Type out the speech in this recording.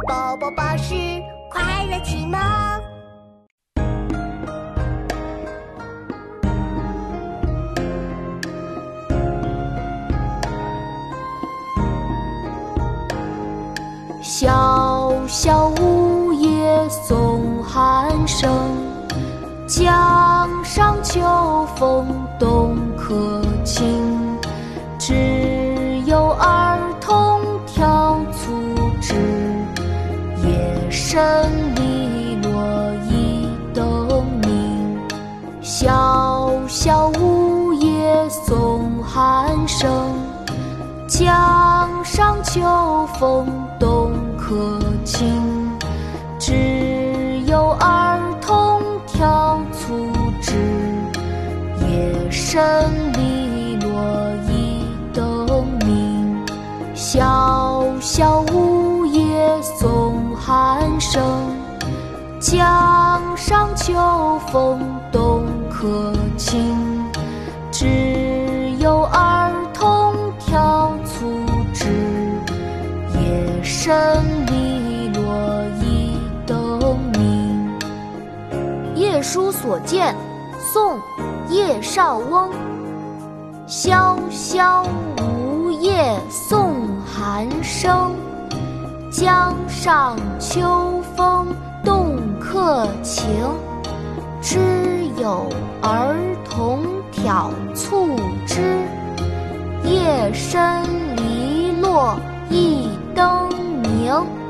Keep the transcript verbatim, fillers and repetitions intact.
宝宝巴士快乐启蒙。 小小梧叶送寒声，江上秋风动客情。只有儿童挑促织，夜深篱落已灯明。小小梧叶送寒声，江上秋风动客情。只有儿童挑促织，夜深篱落已灯明。小小梧叶送寒声，江上秋风动客情。只有儿童挑促织，夜深篱落已灯明。 夜书所见，宋·叶绍翁。萧萧梧叶送寒声，江上秋风动客情。只有儿童挑促织，夜深篱落已灯明。